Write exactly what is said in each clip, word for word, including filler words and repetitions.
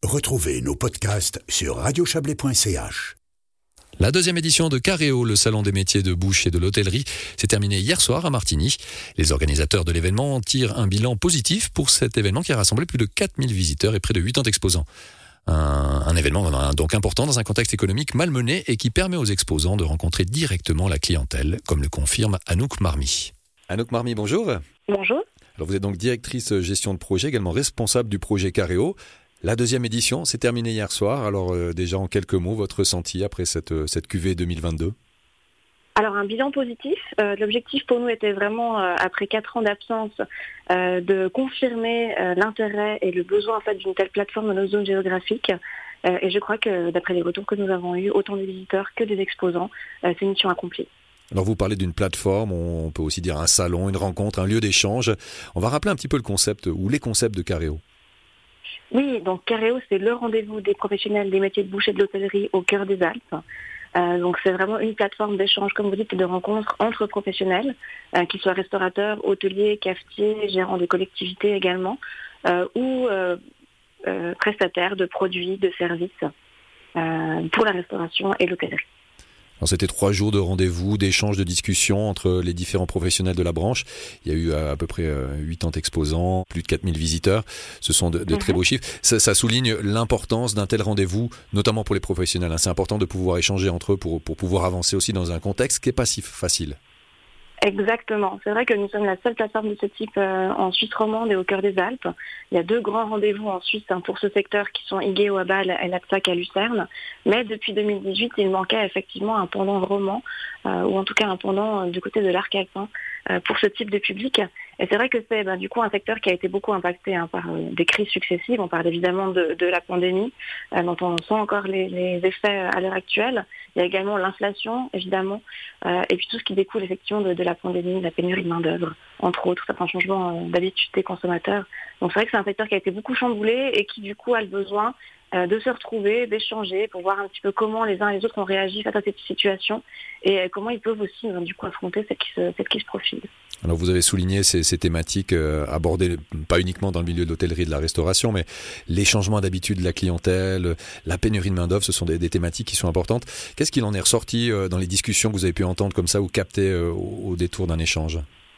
Retrouvez nos podcasts sur radio chablais point c h. La deuxième édition de Careo, le salon des métiers de bouche et de l'hôtellerie, s'est terminée hier soir à Martigny. Les organisateurs de l'événement tirent un bilan positif pour cet événement qui a rassemblé plus de quatre mille visiteurs et près de huit cents exposants. Un, un événement donc important dans un contexte économique malmené et qui permet aux exposants de rencontrer directement la clientèle, comme le confirme Anouk Marmy. Anouk Marmy, bonjour. Bonjour. Alors vous êtes donc directrice gestion de projet, également responsable du projet Careo. La deuxième édition s'est terminée hier soir. Alors euh, déjà en quelques mots, votre ressenti après cette, euh, cette cuvée deux mille vingt-deux? Alors un bilan positif. Euh, l'objectif pour nous était vraiment, euh, après quatre ans d'absence, euh, de confirmer euh, l'intérêt et le besoin en fait, d'une telle plateforme dans nos zones géographiques. Euh, et je crois que d'après les retours que nous avons eus, autant des visiteurs que des exposants, euh, c'est une mission accomplie. Alors vous parlez d'une plateforme, on peut aussi dire un salon, une rencontre, un lieu d'échange. On va rappeler un petit peu le concept ou les concepts de Careo. Oui, donc Careo, c'est le rendez-vous des professionnels des métiers de bouche et de l'hôtellerie au cœur des Alpes. Euh, donc c'est vraiment une plateforme d'échange, comme vous dites, et de rencontres entre professionnels, euh, qu'ils soient restaurateurs, hôteliers, cafetiers, gérants de collectivités également, euh, ou euh, euh, prestataires de produits, de services euh, pour la restauration et l'hôtellerie. Alors c'était trois jours de rendez-vous, d'échanges, de discussions entre les différents professionnels de la branche. Il y a eu à, à peu près huit cents exposants, plus de quatre mille visiteurs. Ce sont de, de très beaux chiffres. Ça, ça souligne l'importance d'un tel rendez-vous, notamment pour les professionnels. C'est important de pouvoir échanger entre eux pour, pour pouvoir avancer aussi dans un contexte qui n'est pas si facile. Exactement. C'est vrai que nous sommes la seule plateforme de ce type euh, en Suisse romande et au cœur des Alpes. Il y a deux grands rendez-vous en Suisse hein, pour ce secteur qui sont Igéo à Bâle et Lapsac à Lucerne. Mais depuis deux mille dix-huit, il manquait effectivement un pendant roman, euh, ou en tout cas un pendant euh, du côté de l'arc alpin euh, pour ce type de public. Et c'est vrai que c'est ben, du coup un secteur qui a été beaucoup impacté hein, par euh, des crises successives. On parle évidemment de, de la pandémie, euh, dont on sent encore les, les effets à l'heure actuelle. Il y a également l'inflation, évidemment, euh, et puis tout ce qui découle effectivement de, de la pandémie, de la pénurie de main-d'œuvre, entre autres, certains changements euh, d'habitude des consommateurs. Donc c'est vrai que c'est un secteur qui a été beaucoup chamboulé et qui du coup a le besoin euh, de se retrouver, d'échanger pour voir un petit peu comment les uns et les autres ont réagi face à cette situation et euh, comment ils peuvent aussi euh, du coup affronter celle qui se, celle qui se profile. Alors vous avez souligné ces, ces thématiques euh, abordées pas uniquement dans le milieu de l'hôtellerie et de la restauration, mais les changements d'habitude de la clientèle, la pénurie de main-d'œuvre, ce sont des, des thématiques qui sont importantes. Qu'est-ce qu'il en est ressorti euh, dans les discussions que vous avez pu entendre comme ça ou capter euh, au, au détour d'un échange?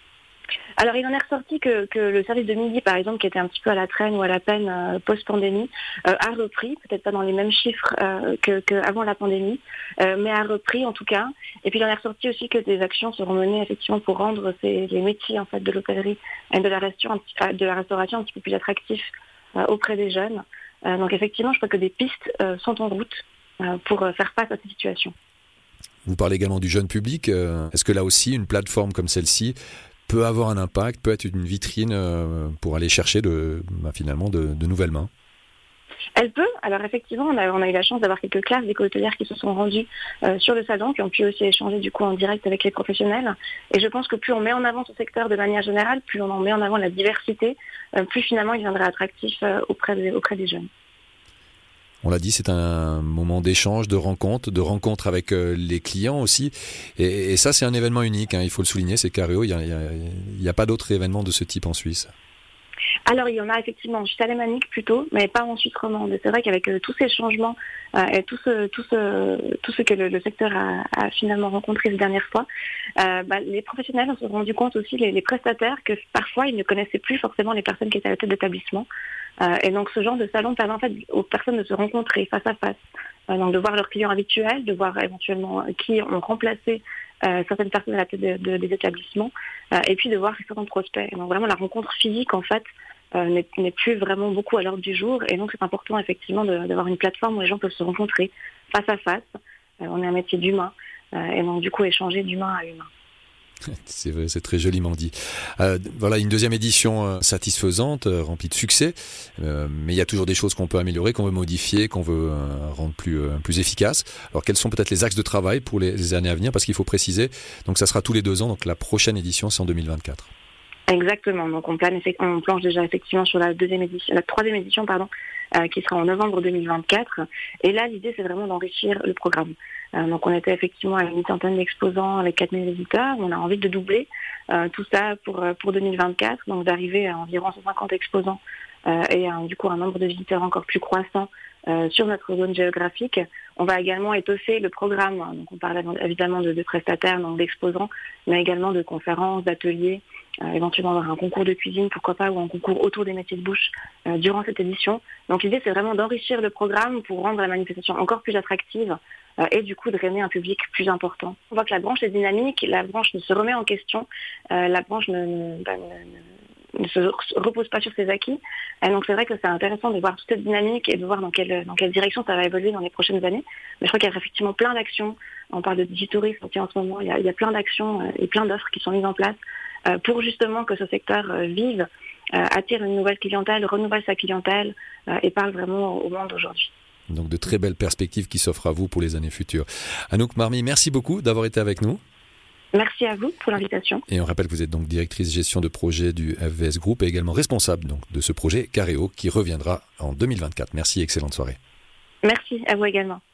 Alors, il en est ressorti que, que le service de midi, par exemple, qui était un petit peu à la traîne ou à la peine euh, post-pandémie, euh, a repris, peut-être pas dans les mêmes chiffres euh, que, qu'avant la pandémie, euh, mais a repris en tout cas. Et puis, il en est ressorti aussi que des actions seront menées effectivement pour rendre ces, les métiers en fait de l'hôtellerie et de la restauration, de la restauration un petit peu plus attractifs euh, auprès des jeunes. Euh, donc, effectivement, je crois que des pistes euh, sont en route euh, pour faire face à ces situations. Vous parlez également du jeune public. Euh, est-ce que là aussi, une plateforme comme celle-ci peut avoir un impact, peut être une vitrine euh, pour aller chercher de, bah, finalement de, de nouvelles mains? Elle peut. Alors effectivement, on a, on a eu la chance d'avoir quelques classes d'école hôtelières qui se sont rendues euh, sur le salon, qui ont pu aussi échanger du coup en direct avec les professionnels. Et je pense que plus on met en avant ce secteur de manière générale, plus on en met en avant la diversité, euh, plus finalement il viendra attractif euh, auprès, des, auprès des jeunes. On l'a dit, c'est un moment d'échange, de rencontre, de rencontre avec euh, les clients aussi. Et, et ça, c'est un événement unique, hein, il faut le souligner, c'est Careo. Il n'y a, a, a pas d'autres événements de ce type en Suisse. Alors, il y en a effectivement en Suisse alémanique plutôt, mais pas en Suisse romande. C'est vrai qu'avec euh, tous ces changements euh, et tout ce, tout ce, tout ce que le, le secteur a, a finalement rencontré ces dernières fois, euh, bah, les professionnels se sont rendus compte aussi, les, les prestataires, que parfois ils ne connaissaient plus forcément les personnes qui étaient à la tête d'établissement. Euh, et donc ce genre de salon permet en fait aux personnes de se rencontrer face à face, euh, donc de voir leurs clients habituels, de voir éventuellement qui ont remplacé euh, certaines personnes à la tête de, de, des établissements, euh, et puis de voir certains prospects. Et donc vraiment la rencontre physique en fait euh, n'est, n'est plus vraiment beaucoup à l'ordre du jour, et donc c'est important effectivement de, d'avoir une plateforme où les gens peuvent se rencontrer face à face. Euh, on est un métier d'humain, euh, et donc du coup échanger d'humain à humain. C'est vrai, c'est très joliment dit. Euh, voilà, une deuxième édition euh, satisfaisante, euh, remplie de succès, euh, mais il y a toujours des choses qu'on peut améliorer, qu'on veut modifier, qu'on veut euh, rendre plus, euh, plus efficaces. Alors, quels sont peut-être les axes de travail pour les, les années à venir? Parce qu'il faut préciser, donc ça sera tous les deux ans, donc la prochaine édition, c'est en deux mille vingt-quatre. Exactement. Donc on, plane, on planche déjà effectivement sur la deuxième édition, la troisième édition, pardon, euh, qui sera en novembre deux mille vingt-quatre. Et là, l'idée, c'est vraiment d'enrichir le programme. Euh, donc on était effectivement à une centaine d'exposants avec quatre mille visiteurs. On a envie de doubler euh, tout ça pour pour deux mille vingt-quatre, donc d'arriver à environ cent cinquante exposants euh, et un, du coup un nombre de visiteurs encore plus croissant euh, sur notre zone géographique. On va également étoffer le programme. Donc on parle évidemment de, de prestataires, donc d'exposants, mais également de conférences, d'ateliers, euh, éventuellement avoir un concours de cuisine, pourquoi pas, ou un concours autour des métiers de bouche euh, durant cette édition. Donc l'idée, c'est vraiment d'enrichir le programme pour rendre la manifestation encore plus attractive euh, et du coup de drainer un public plus important. On voit que la branche est dynamique, la branche ne se remet en question, euh, la branche ne, ne, bah, ne, ne se repose pas sur ses acquis. Et donc c'est vrai que c'est intéressant de voir toute cette dynamique et de voir dans quelle, dans quelle direction ça va évoluer dans les prochaines années. Mais je crois qu'il y a effectivement plein d'actions. On parle de digitourisme en ce moment, il y a, il y a plein d'actions et plein d'offres qui sont mises en place euh, pour justement que ce secteur euh, vive, euh, attire une nouvelle clientèle, renouvelle sa clientèle euh, et parle vraiment au monde aujourd'hui. Donc de très belles perspectives qui s'offrent à vous pour les années futures. Anouk Marmy, merci beaucoup d'avoir été avec nous. Merci à vous pour l'invitation. Et on rappelle que vous êtes donc directrice gestion de projet du F V S Group et également responsable donc de ce projet Careo qui reviendra en deux mille vingt-quatre. Merci, excellente soirée. Merci à vous également.